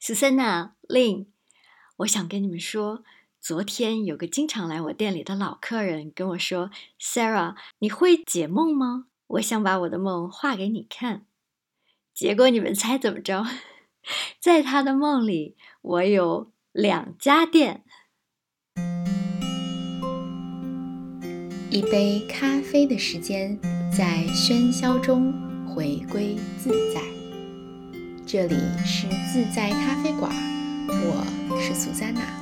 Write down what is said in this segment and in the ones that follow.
Susanna、Lynn，我想跟你们说，昨天有个经常来我店里的老客人跟我说 ，Sarah，你会解梦吗？我想把我的梦画给你看。结果你们猜怎么着？在他的梦里，我有2家店。 一杯咖啡的时间，在喧嚣中回归自在。这里是自在咖啡馆，我是苏珊娜。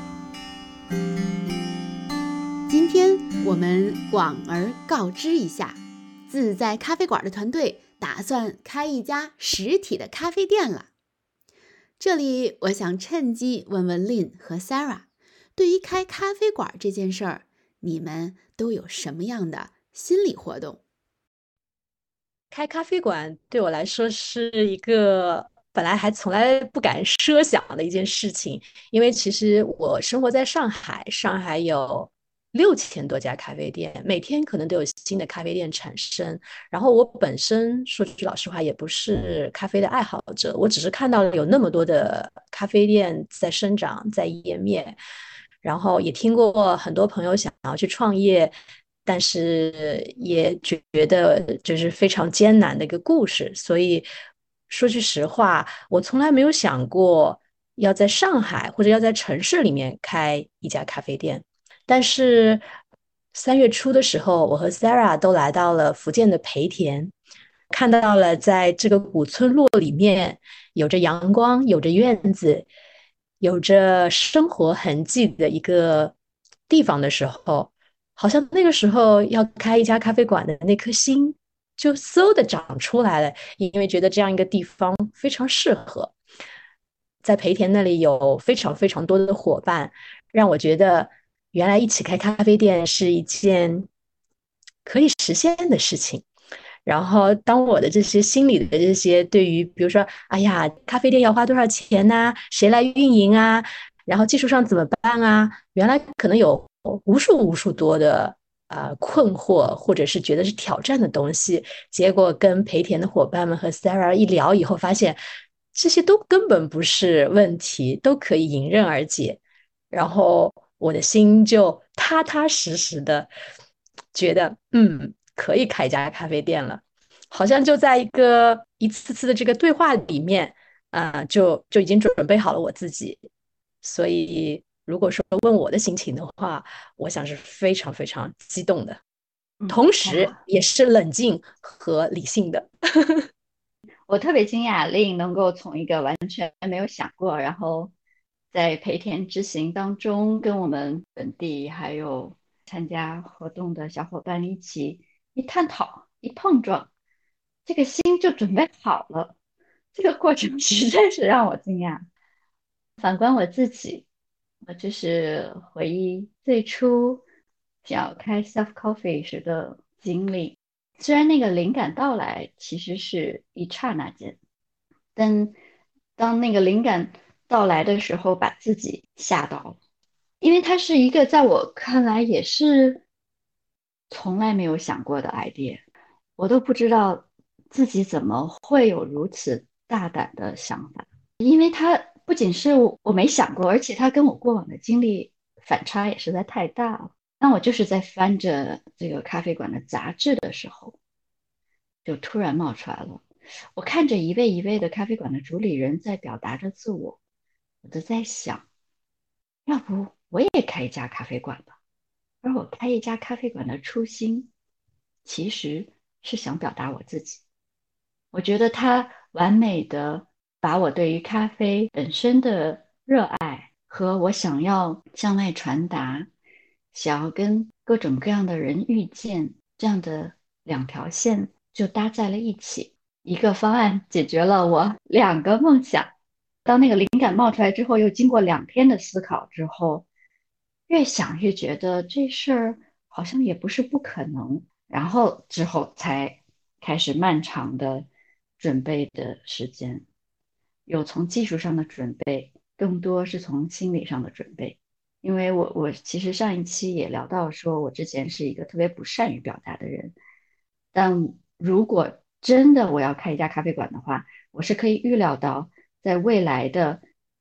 今天我们广而告知一下，自在咖啡馆的团队打算开一家实体的咖啡店了。这里我想趁机问问 Lynn 和 Sarah， 对于开咖啡馆这件事儿，你们都有什么样的心理活动？ 开咖啡馆对我来说是一个本来还从来不敢设想的一件事情，因为其实我生活在上海，上海有6000多家咖啡店，每天可能都有新的咖啡店产生。然后我本身说句老实话，也不是咖啡的爱好者，我只是看到了有那么多的咖啡店在生长，在湮灭，然后也听过很多朋友想要去创业。但是也觉得就是非常艰难的一个故事，所以说句实话，我从来没有想过要在上海或者要在城市里面开一家咖啡店。但是3月初的时候，我和 Sarah 都来到了福建的莆田，看到了在这个古村落里面有着阳光、有着院子、有着生活痕迹的一个地方的时候，好像那个时候要开一家咖啡馆的那颗心就嗖的长出来了，因为觉得这样一个地方非常适合。在莆田那里有非常非常多的伙伴，让我觉得原来一起开咖啡店是一件可以实现的事情。然后，当我的这些心里的这些对于，比如说，哎呀，咖啡店要花多少钱呐？谁来运营啊？然后技术上怎么办啊？原来可能有无数无数多的困惑，或者是觉得是挑战的东西。结果跟莆田的伙伴们和 Sarah 一聊以后，发现这些都根本不是问题，都可以迎刃而解。然后我的心就踏踏实实的觉得，可以开一家咖啡店了。好像就在一次次的这个对话里面，就已经准备好了我自己。所以，如果说问我的心情的话，我想是非常非常激动的，同时太好， 也是冷静和理性的。 我特别惊讶令能够从一个完全没有想过，然后在莆田之行当中，跟我们本地还有参加活动的小伙伴一起探讨、一碰撞，这个心就准备好了。这个过程实在是让我惊讶。反观我自己，我就是回忆最初想要开 Self Coffee 时的经历。虽然那个灵感到来其实是一刹那间，但当那个灵感到来的时候，把自己吓到了，因为它是一个在我看来也是从来没有想过的 idea，我都不知道自己怎么会有如此大胆的想法，因为它不仅是我没想过，而且它跟我过往的经历反差也实在太大了。那我就是在翻着这个咖啡馆的杂志的时候，就突然冒出来了。我看着一位一位的咖啡馆的主理人在表达着自我，我就在想，要不我也开一家咖啡馆吧。而我开一家咖啡馆的初心，其实是想表达我自己。我觉得它完美的把我对于咖啡本身的热爱和我想要向外传达，想要跟各种各样的人遇见这样的2条线就搭在了一起。一个方案解决了我2个梦想。当那个灵感冒出来之后，又经过2天的思考之后，越想越觉得这事儿好像也不是不可能，然后之后才开始漫长的准备的时间，有从技术上的准备，更多是从心理上的准备。因为我其实上一期也聊到说，我之前是一个特别不善于表达的人，但如果真的我要开一家咖啡馆的话，我是可以预料到，在未来的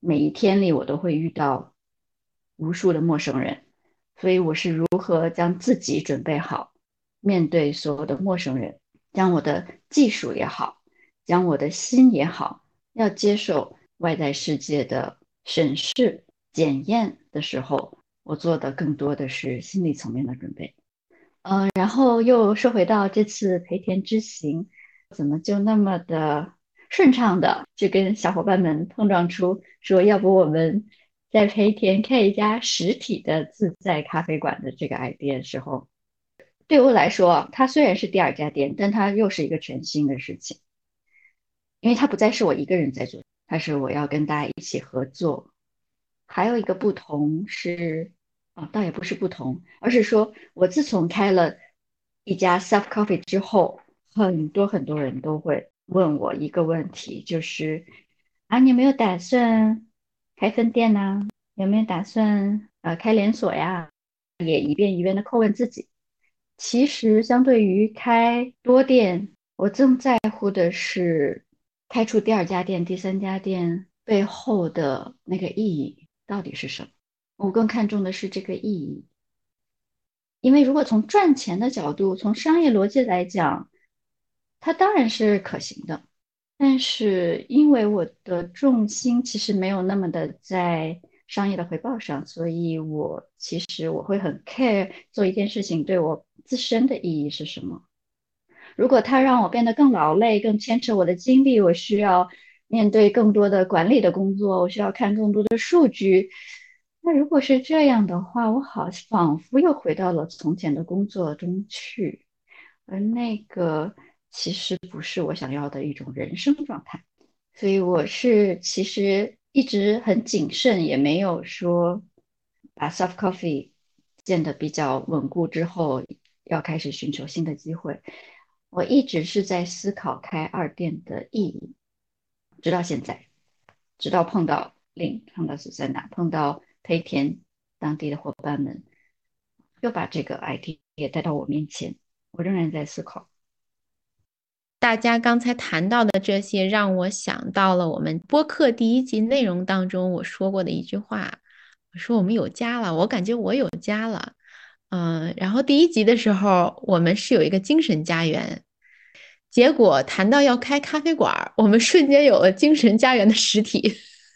每一天里我都会遇到无数的陌生人，所以我是如何将自己准备好，面对所有的陌生人，将我的技术也好，将我的心也好，要接受外在世界的审视、检验的时候，我做的更多的是心理层面的准备。然后又说回到这次培田之行，怎么就那么的顺畅的就跟小伙伴们碰撞出说，要不我们在培田开一家实体的自在咖啡馆的这个 idea 的时候，对我来说，它虽然是第二家店，但它又是一个全新的事情，因为它不再是我一个人在做，它是我要跟大家一起合作。还有一个不同是，倒也不是不同，而是说我自从开了一家 Self Coffee 之后，很多很多人都会问我一个问题，就是你有没有打算开分店呢？有没有打算开连锁呀？也一遍一遍的叩问自己。其实相对于开多店，我更在乎的是开出第二家店、第三家店背后的那个意义到底是什么。我更看重的是这个意义，因为如果从赚钱的角度，从商业逻辑来讲，它当然是可行的。但是因为我的重心其实没有那么的在商业的回报上，所以其实我会很 care 做一件事情对我自身的意义是什么。如果它让我变得更劳累，更牵扯我的精力，我需要面对更多的管理的工作，我需要看更多的数据。那如果是这样的话，我仿佛又回到了从前的工作中去，而那个其实不是我想要的一种人生状态。所以其实一直很谨慎，也没有说把 Soft Coffee 建得比较稳固之后，要开始寻求新的机会。我一直是在思考开二店的意义，直到现在，直到碰到碰到苏珊娜，碰到培田当地的伙伴们，又把这个 idea 带到我面前，我仍然在思考。 大家刚才谈到的这些，让我想到了我们播客第一集内容当中我说过的一句话，我说我们有家了，我感觉我有家了。然后第一集的时候，我们是有一个精神家园，结果谈到要开咖啡馆，我们瞬间有了精神家园的实体。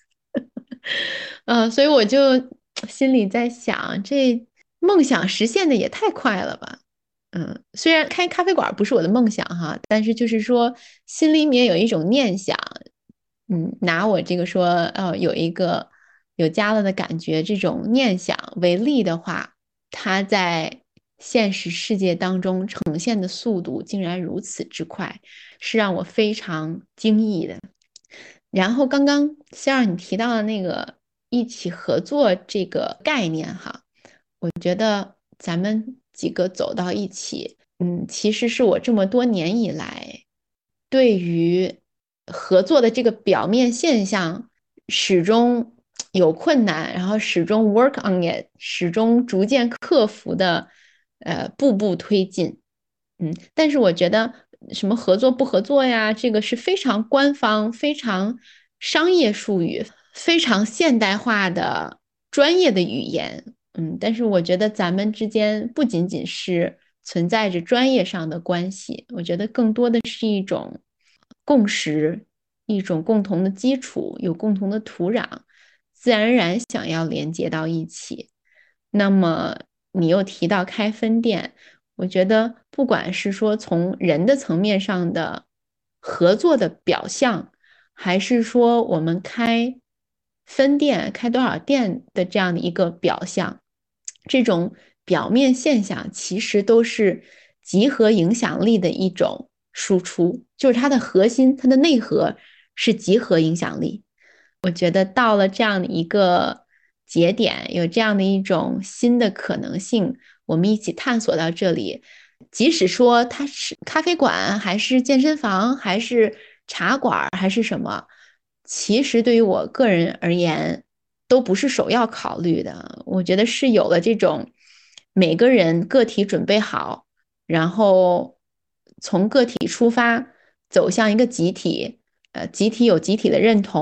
所以我就心里在想，这梦想实现的也太快了吧。虽然开咖啡馆不是我的梦想哈，但是就是说心里面有一种念想，拿我这个说，有一个有家了的感觉，这种念想为例的话，它在现实世界当中呈现的速度竟然如此之快，是让我非常惊异的。然后刚刚像你提到的那个一起合作这个概念哈，我觉得咱们几个走到一起，其实是我这么多年以来对于合作的这个表面现象始终有困难，然后始终 work on it，始终逐渐克服的，步步推进。但是我觉得什么合作不合作呀，这个是非常官方、非常商业术语、非常现代化的专业的语言。但是我觉得咱们之间不仅仅是存在着专业上的关系，我觉得更多的是一种共识，一种共同的基础，有共同的土壤，自然而然想要连接到一起。那么你又提到开分店，我觉得不管是说从人的层面上的合作的表象，还是说我们开分店开多少店的这样的一个表象，这种表面现象其实都是集合影响力的一种输出，就是它的核心，它的内核是集合影响力。我觉得到了这样的一个节点，有这样的一种新的可能性，我们一起探索到这里。即使说它是咖啡馆，还是健身房，还是茶馆，还是什么，其实对于我个人而言，都不是首要考虑的。我觉得是有了这种每个人个体准备好，然后从个体出发，走向一个集体，集体有集体的认同，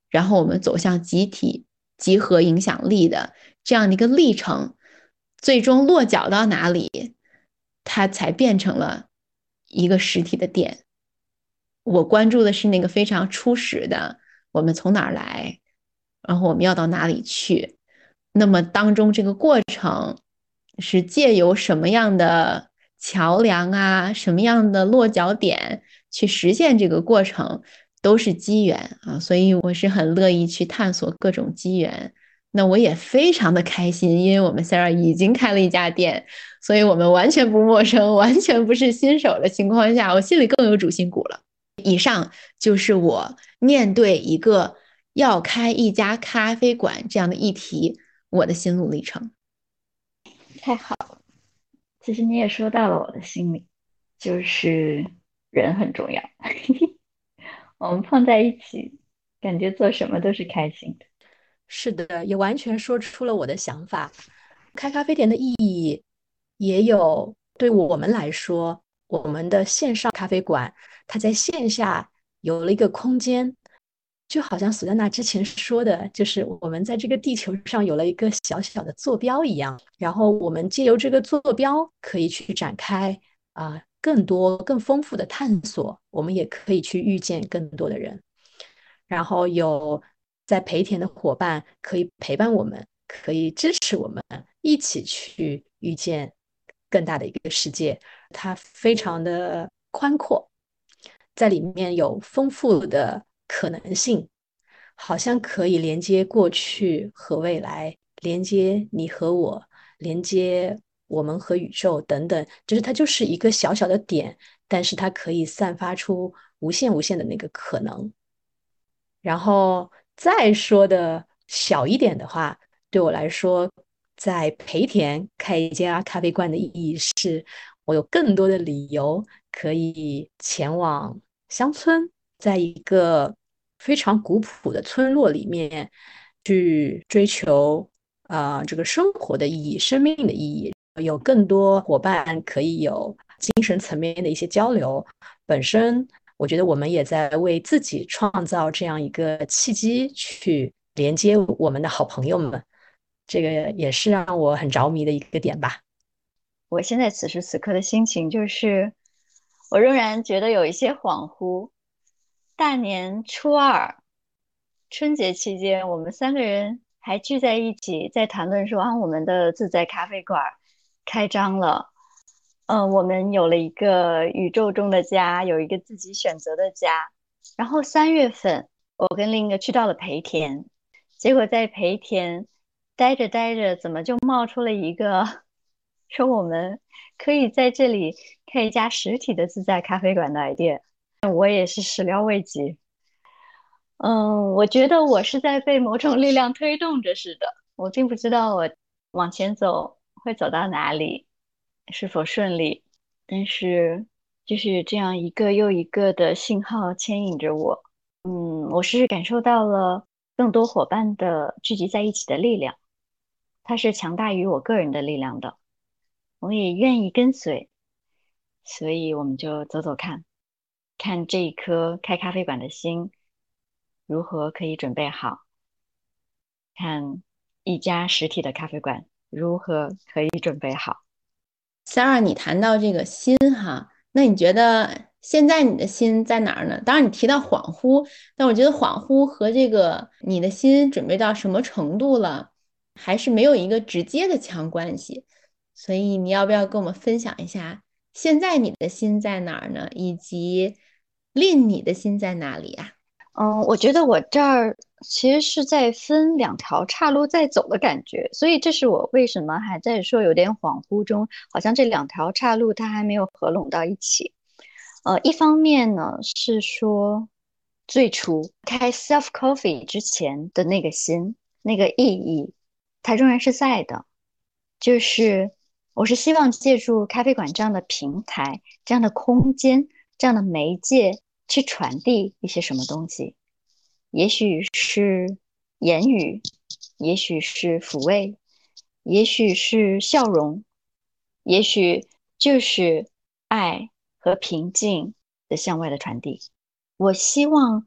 然后我们走向集体集合影响力的这样的一个历程，最终落脚到哪里，它才变成了一个实体的店。我关注的是那个非常初始的，我们从哪儿来，然后我们要到哪里去。那么当中这个过程是借由什么样的桥梁啊，什么样的落脚点去实现这个过程，都是机缘啊。所以我是很乐意去探索各种机缘。那我也非常的开心，因为我们 Sarah 已经开了一家店，所以我们完全不陌生，完全不是新手的情况下，我心里更有主心骨了。以上就是我面对一个要开一家咖啡馆这样的议题，我的心路历程。 太好了，其实你也说到了我的心里，就是人很重要。我们碰在一起，感觉做什么都是开心的。 是的，也完全说出了我的想法。开咖啡店的意义，也有对我们来说，我们的线上咖啡馆，它在线下有了一个空间，就好像苏丹娜之前说的，就是我们在这个地球上有了一个小小的坐标一样，然后我们借由这个坐标，可以去展开更多更丰富的探索，我们也可以去遇见更多的人。然后有在培田的伙伴可以陪伴我们，可以支持我们，一起去遇见更大的一个世界。它非常的宽阔，在里面有丰富的可能性，好像可以连接过去和未来，连接你和我，连接我们和宇宙等等。就是它就是一个小小的点，但是它可以散发出无限无限的那个可能。然后再说的小一点的话，对我来说，在培田开一家咖啡馆的意义是，我有更多的理由可以前往乡村，在一个非常古朴的村落里面去追求这个生活的意义、生命的意义，有更多伙伴可以有精神层面的一些交流。本身我觉得我们也在为自己创造这样一个契机，去连接我们的好朋友们，这个也是让我很着迷的一个点吧。 我现在此时此刻的心情就是，我仍然觉得有一些恍惚。大年初二，春节期间，我们三个人还聚在一起，在谈论说我们的自在咖啡馆开张了。我们有了一个宇宙中的家，有一个自己选择的家。然后3月份，我跟另一个去到了培田，结果在培田待着待着，怎么就冒出了一个说我们可以在这里开一家实体的自在咖啡馆的 idea。我也是始料未及。我觉得我是在被某种力量推动着似的，我并不知道我往前走会走到哪里，是否顺利，但是就是这样一个又一个的信号牵引着我。我是感受到了更多伙伴的聚集在一起的力量，它是强大于我个人的力量的，我也愿意跟随，所以我们就走走看，看这一颗开咖啡馆的心如何可以准备好，看一家实体的咖啡馆如何可以准备好。 Sarah，你谈到这个心哈，那你觉得现在你的心在哪儿呢？当然你提到恍惚，但我觉得恍惚和这个你的心准备到什么程度了，还是没有一个直接的强关系。所以你要不要跟我们分享一下，现在你的心在哪儿呢？以及令你的心在哪里啊？ 我觉得我这儿其实是在分两条岔路在走的感觉，所以这是我为什么还在说有点恍惚中，好像这两条岔路它还没有合拢到一起。一方面呢是说最初开 Self Coffee 之前的那个心，那个意义，它仍然是在的。就是我是希望借助咖啡馆这样的平台、这样的空间、这样的媒介去传递一些什么东西，也许是言语，也许是抚慰，也许是笑容，也许就是爱和平静的向外的传递。我希望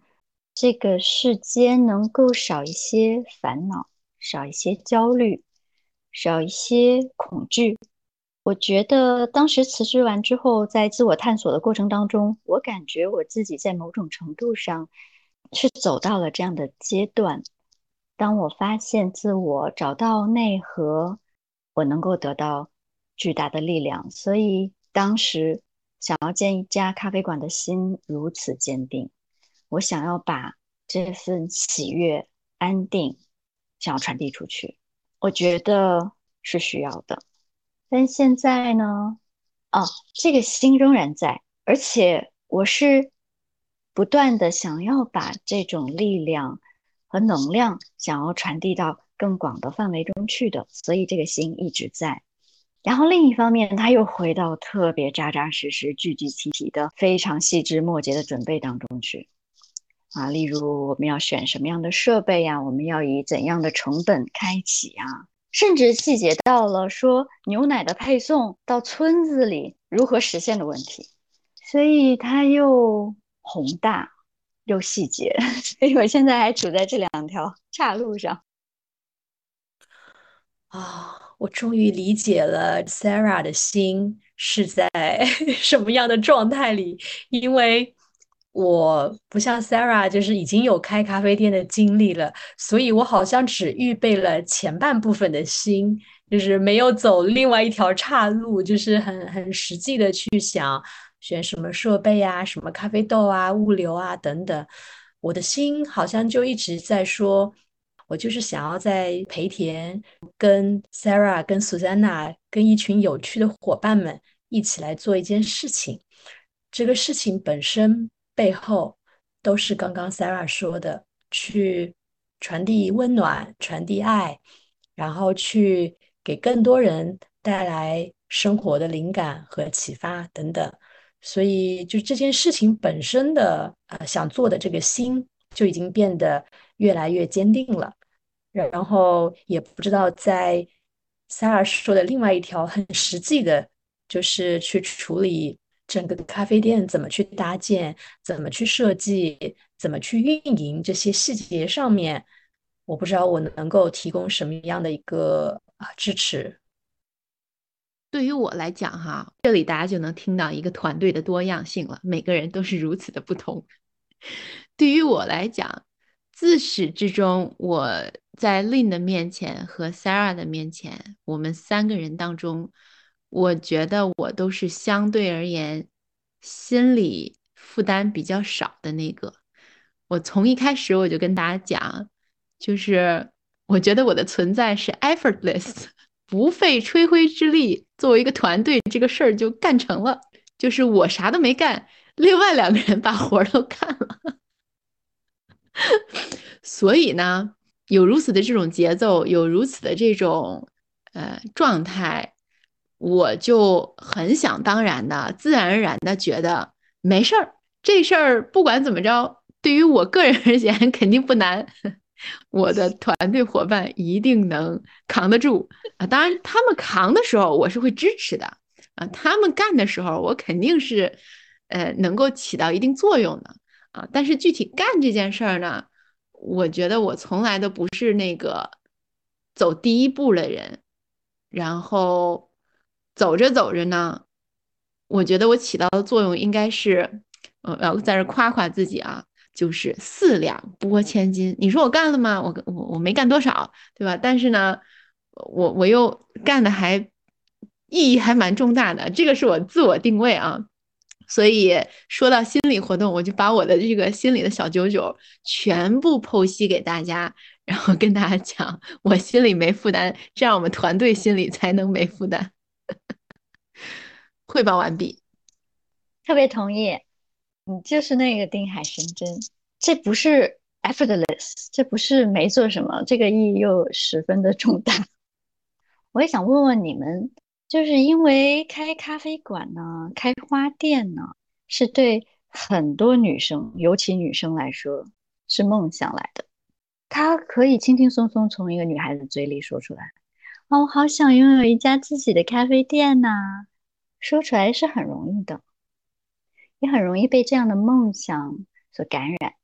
这个世间能够少一些烦恼，少一些焦虑，少一些恐惧。我觉得当时辞职完之后，在自我探索的过程当中，我感觉我自己在某种程度上是走到了这样的阶段。当我发现自我找到内核，我能够得到巨大的力量。所以当时想要建一家咖啡馆的心如此坚定。我想要把这份喜悦、安定，想要传递出去，我觉得是需要的。但现在呢，哦，这个心仍然在，而且我是不断的想要把这种力量和能量想要传递到更广的范围中去的，所以这个心一直在。然后另一方面，他又回到特别扎扎实实、具体具体的、非常细枝末节的准备当中去。啊，例如我们要选什么样的设备呀？我们要以怎样的成本开启呀？甚至细节到了说牛奶的配送到村子里如何实现的问题。所以它又宏大又细节，所以我现在还处在这两条岔路上。 我终于理解了 Sarah 的心是在什么样的状态里，因为我不像 Sarah，就是已经有开咖啡店的经历了，所以我好像只预备了前半部分的心，就是没有走另外一条岔路，就是很实际的去想选什么设备啊、什么咖啡豆啊、物流啊等等。我的心好像就一直在说，我就是想要在培田跟 Sarah、跟 Susanna、跟一群有趣的伙伴们一起来做一件事情。这个事情本身背后都是刚刚 Sarah 说的，去传递温暖、传递爱，然后去给更多人带来生活的灵感和启发等等。所以，就这件事情本身的想做的这个心就已经变得越来越坚定了。然后也不知道在 Sarah 说的另外一条很实际的，就是去处理整个咖啡店怎么去搭建、怎么去设计、怎么去运营这些细节上面，我不知道我能够提供什么样的一个支持。 对于我来讲哈，这里大家就能听到一个团队的多样性了，每个人都是如此的不同。对于我来讲，自始至终，我在 Lin 的面前和 Sarah 的面前，我们三个人当中，我觉得我都是相对而言心理负担比较少的那个。我从一开始我就跟大家讲，就是我觉得我的存在是 effortless，不费吹灰之力，作为一个团队，这个事儿就干成了。就是我啥都没干，另外两个人把活儿都干了。所以呢，有如此的这种节奏，有如此的这种状态，我就很想当然的、自然而然的觉得没事儿，这事儿不管怎么着，对于我个人而言肯定不难，我的团队伙伴一定能扛得住啊。当然，他们扛的时候，我是会支持的啊；他们干的时候，我肯定是能够起到一定作用的啊。但是具体干这件事儿呢？我觉得我从来都不是那个走第一步的人，然后走着走着呢，我觉得我起到的作用应该是，要在这夸夸自己啊，就是四两拨千斤。你说我干了吗？我没干多少，对吧？但是呢，我又干的还意义还蛮重大的，这个是我自我定位啊。所以说到心理活动，我就把我的这个心理的小九九全部剖析给大家，然后跟大家讲，我心里没负担，这样我们团队心里才能没负担。汇报完毕。 特别同意，你就是那个定海神针，这不是 effortless，这不是没做什么，这个意义又十分的重大。我也想问问你们，就是因为开咖啡馆呢，开花店呢，是对很多女生，尤其女生来说是梦想来的。她可以轻轻松松从一个女孩子嘴里说出来，哦，我好想拥有一家自己的咖啡店呐，说出来是很容易的，也很容易被这样的梦想所感染。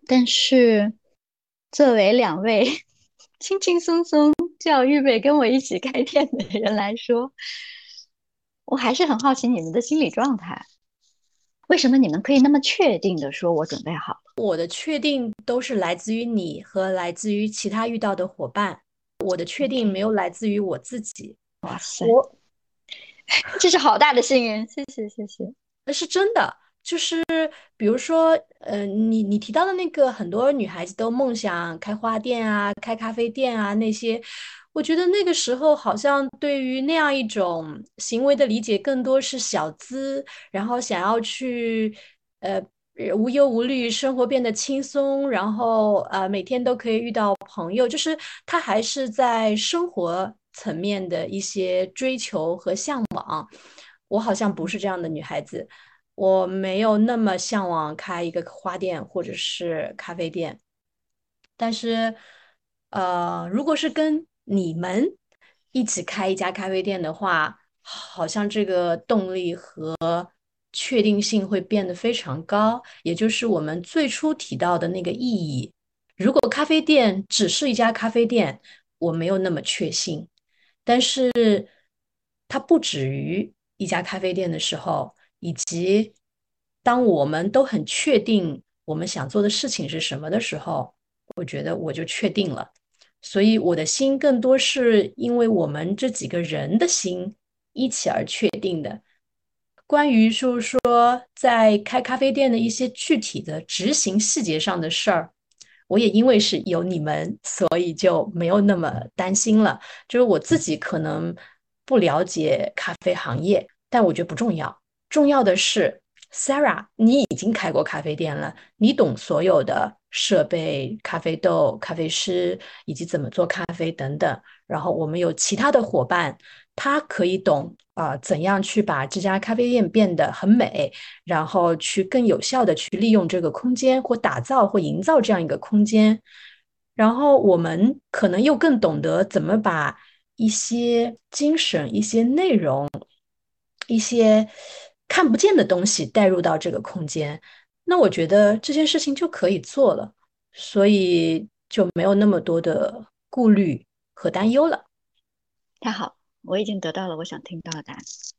但是作为两位轻轻松松就要预备跟我一起开店的人来说，我还是很好奇你们的心理状态。为什么你们可以那么确定的说我准备好了？ 我的确定都是来自于你和来自于其他遇到的伙伴，我的确定没有来自于我自己。 哇塞， 我这是好大的幸运，谢谢谢谢。 那是真的，就是比如说，你提到的那个很多女孩子都梦想开花店啊、开咖啡店啊那些，我觉得那个时候好像对于那样一种行为的理解更多是小资，然后想要去无忧无虑，生活变得轻松，然后每天都可以遇到朋友，就是他还是在生活层面的一些追求和向往。我好像不是这样的女孩子，我没有那么向往开一个花店或者是咖啡店。但是，如果是跟你们一起开一家咖啡店的话，好像这个动力和确定性会变得非常高，也就是我们最初提到的那个意义。如果咖啡店只是一家咖啡店，我没有那么确信。但是它不止于一家咖啡店的时候，以及当我们都很确定我们想做的事情是什么的时候，我觉得我就确定了。所以我的心更多是因为我们这几个人的心一起而确定的。关于就是说在开咖啡店的一些具体的执行细节上的事儿，我也因为是有你们，所以就没有那么担心了。就是我自己可能不了解咖啡行业，但我觉得不重要，重要的是 Sarah，你已经开过咖啡店了，你懂所有的设备、咖啡豆、咖啡师以及怎么做咖啡等等。然后我们有其他的伙伴，他可以懂怎样去把这家咖啡店变得很美，然后去更有效的去利用这个空间或打造或营造这样一个空间。然后我们可能又更懂得怎么把一些精神、一些内容、一些看不见的东西带入到这个空间。那我觉得这件事情就可以做了，所以就没有那么多的顾虑和担忧了。 太好，我已经得到了我想听到的答案。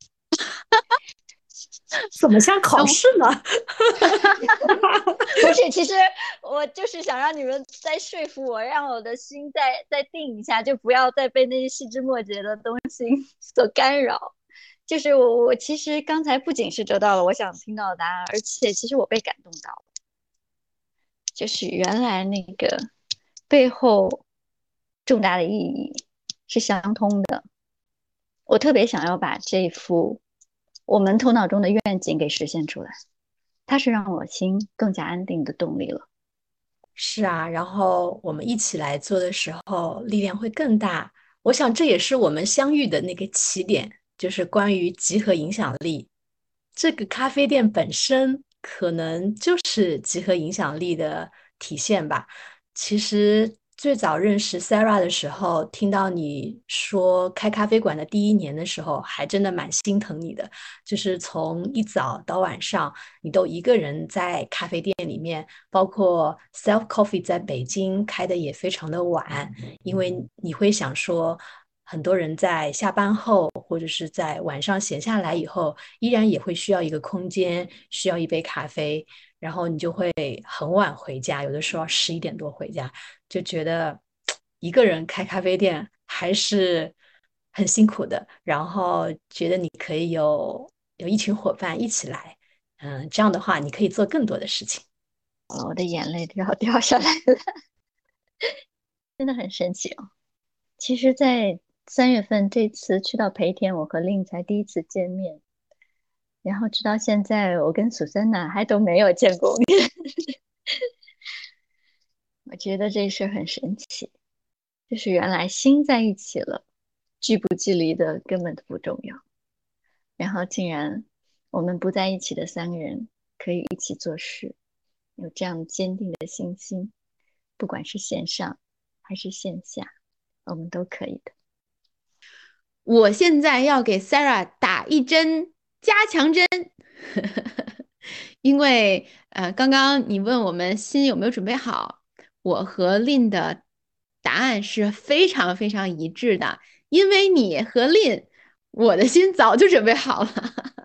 怎么像考试呢？ 不是，其实我就是想让你们再说服我，让我的心再定一下，就不要再被那些细枝末节的东西所干扰。就是我其实刚才不仅是得到了我想听到的答案，而且其实我被感动到了，就是原来那个背后重大的意义是相通的。我特别想要把这幅我们头脑中的愿景给实现出来，它是让我心更加安定的动力了。 是啊，然后我们一起来做的时候，力量会更大。我想这也是我们相遇的那个起点，就是关于集合影响力。这个咖啡店本身可能就是集合影响力的体现吧。其实最早认识 Sarah 的时候，听到你说开咖啡馆的第一年的时候，还真的蛮心疼你的。就是从一早到晚上，你都一个人在咖啡店里面，包括 Self Coffee 在北京开的也非常的晚，因为你会想说，很多人在下班后或者是在晚上闲下来以后，依然也会需要一个空间，需要一杯咖啡，然后你就会很晚回家，有的时候11点多回家，就觉得一个人开咖啡店还是很辛苦的，然后觉得你可以有一群伙伴一起来，这样的话你可以做更多的事情。 我的眼泪都要掉下来了，真的很神奇哦。其实，在3月份这次去到培田，我和令才第一次见面，然后直到现在，我跟苏珊娜还都没有见过面。我觉得这事很神奇，就是原来心在一起了，距不距离的根本不重要。然后竟然我们不在一起的3个人可以一起做事，有这样坚定的信心，不管是线上还是线下，我们都可以的。 我现在要给 Sarah 打一针加强针。 因为刚刚你问我们心有没有准备好，我和Lin 的答案是非常非常一致的，因为你和Lin，我的心早就准备好了。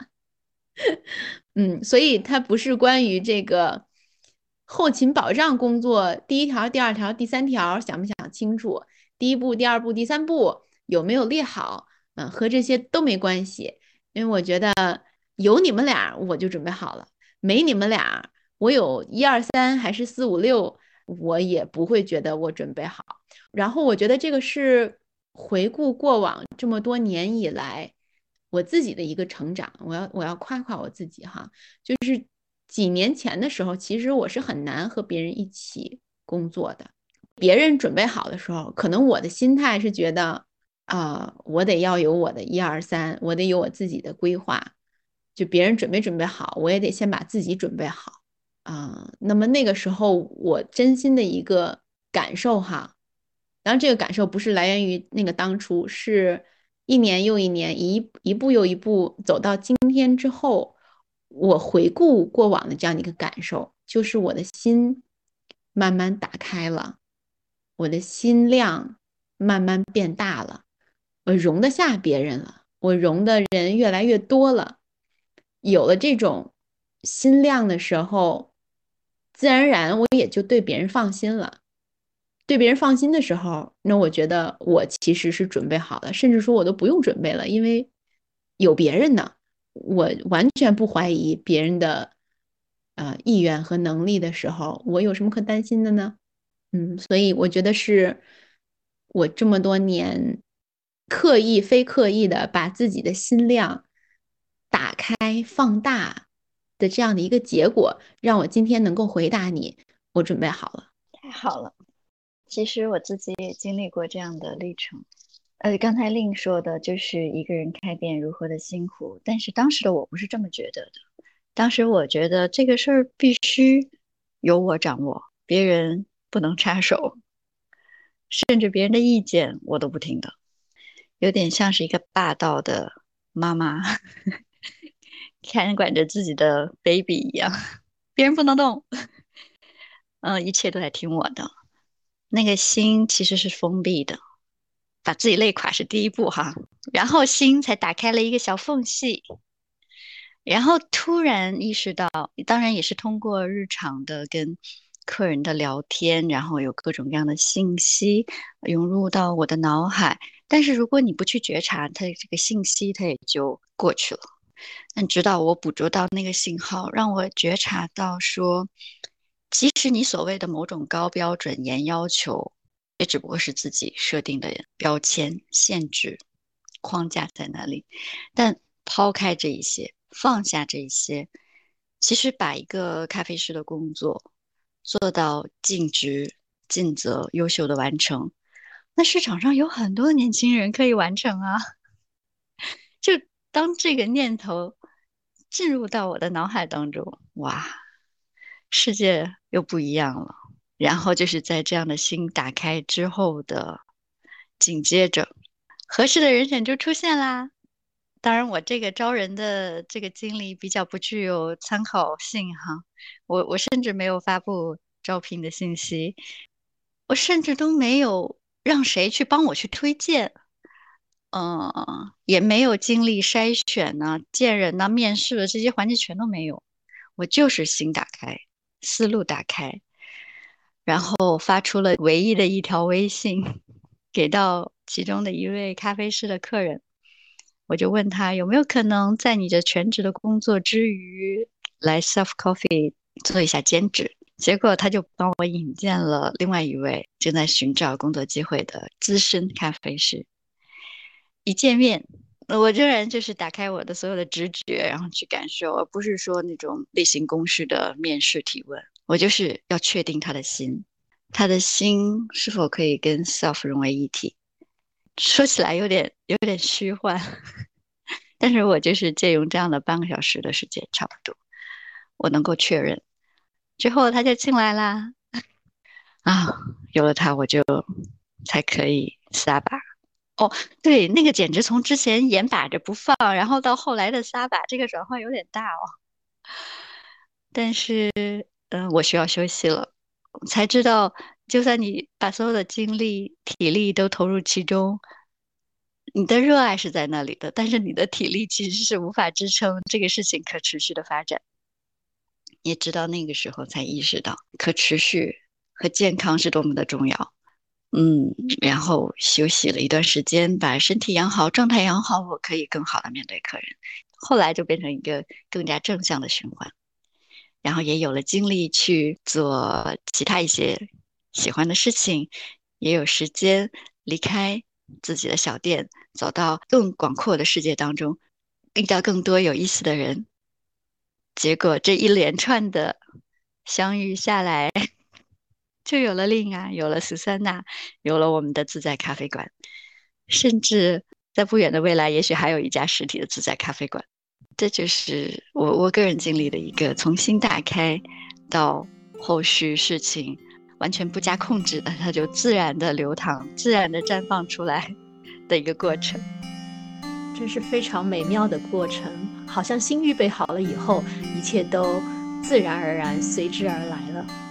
所以它不是关于这个后勤保障工作第一条、第二条、第三条想不想清楚，第一步、第二步、第三步有没有列好，和这些都没关系，因为我觉得有你们俩我就准备好了，没你们俩，我有1、2、3还是4、5、6，我也不会觉得我准备好。然后我觉得这个是回顾过往这么多年以来我自己的一个成长，我要夸夸我自己哈，就是几年前的时候，其实我是很难和别人一起工作的。别人准备好的时候，可能我的心态是觉得我得要有我的1、2、3，我得有我自己的规划。就别人准备好，我也得先把自己准备好那么那个时候，我真心的一个感受哈，然后这个感受不是来源于那个当初，是一年又一年，一步又一步走到今天之后，我回顾过往的这样的一个感受，就是我的心慢慢打开了，我的心量慢慢变大了，我容得下别人了，我容的人越来越多了，有了这种心量的时候，自然而然我也就对别人放心了。对别人放心的时候，那我觉得我其实是准备好了，甚至说我都不用准备了，因为有别人呢，我完全不怀疑别人的意愿和能力的时候，我有什么可担心的呢？所以我觉得是我这么多年刻意非刻意的把自己的心量打开放大的这样的一个结果，让我今天能够回答你，我准备好了。 太好了。其实我自己也经历过这样的历程。刚才令说的就是一个人开店如何的辛苦，但是当时的我不是这么觉得的。当时我觉得这个事儿必须由我掌握，别人不能插手，甚至别人的意见我都不听的，有点像是一个霸道的妈妈看管着自己的 baby 一样，别人不能动，一切都得听我的。那个心其实是封闭的，把自己累垮是第一步哈，然后心才打开了一个小缝隙，然后突然意识到，当然也是通过日常的跟客人的聊天，然后有各种各样的信息涌入到我的脑海，但是如果你不去觉察它这个信息，它也就过去了。但直到我捕捉到那个信号，让我觉察到说，即使你所谓的某种高标准、严要求，也只不过是自己设定的标签、限制、框架在那里。但抛开这一些，放下这一些，其实把一个咖啡师的工作做到尽职尽责、优秀的完成，那市场上有很多年轻人可以完成啊。就当这个念头进入到我的脑海当中，哇，世界又不一样了。然后就是在这样的心打开之后的紧接着，合适的人选就出现啦。当然，我这个招人的这个经历比较不具有参考性哈，我甚至没有发布招聘的信息，我甚至都没有让谁去帮我去推荐。也没有经历筛选呐、见人呐、面试的这些环节全都没有，我就是心打开，思路打开，然后发出了唯一的一条微信，给到其中的一位咖啡师的客人，我就问他有没有可能在你的全职的工作之余来 Self Coffee 做一下兼职。结果他就帮我引荐了另外一位正在寻找工作机会的资深咖啡师。一见面，我仍然就是打开我的所有的直觉，然后去感受，而不是说那种例行公事的面试提问。我就是要确定他的心，他的心是否可以跟 self 融为一体。说起来有点虚幻，但是我就是借用这样的半个小时的时间，差不多，我能够确认。之后他就进来啦，有了他，我就才可以撒把。哦，对，那个简直从之前严把着不放，然后到后来的撒把，这个转换有点大哦。 但是我需要休息了，才知道，就算你把所有的精力、体力都投入其中，你的热爱是在那里的，但是你的体力其实是无法支撑这个事情可持续的发展。也直到那个时候才意识到，可持续和健康是多么的重要。然后休息了一段时间，把身体养好，状态养好，我可以更好的面对客人。后来就变成一个更加正向的循环，然后也有了精力去做其他一些喜欢的事情，也有时间离开自己的小店，走到更广阔的世界当中，遇到更多有意思的人。结果这一连串的相遇下来，就有了令啊，有了苏珊娜，有了我们的自在咖啡馆，甚至在不远的未来，也许还有一家实体的自在咖啡馆。这就是我个人经历的一个从新打开到后续事情完全不加控制的，它就自然的流淌、自然的绽放出来的一个过程。 真是非常美妙的过程，好像心预备好了以后，一切都自然而然随之而来了。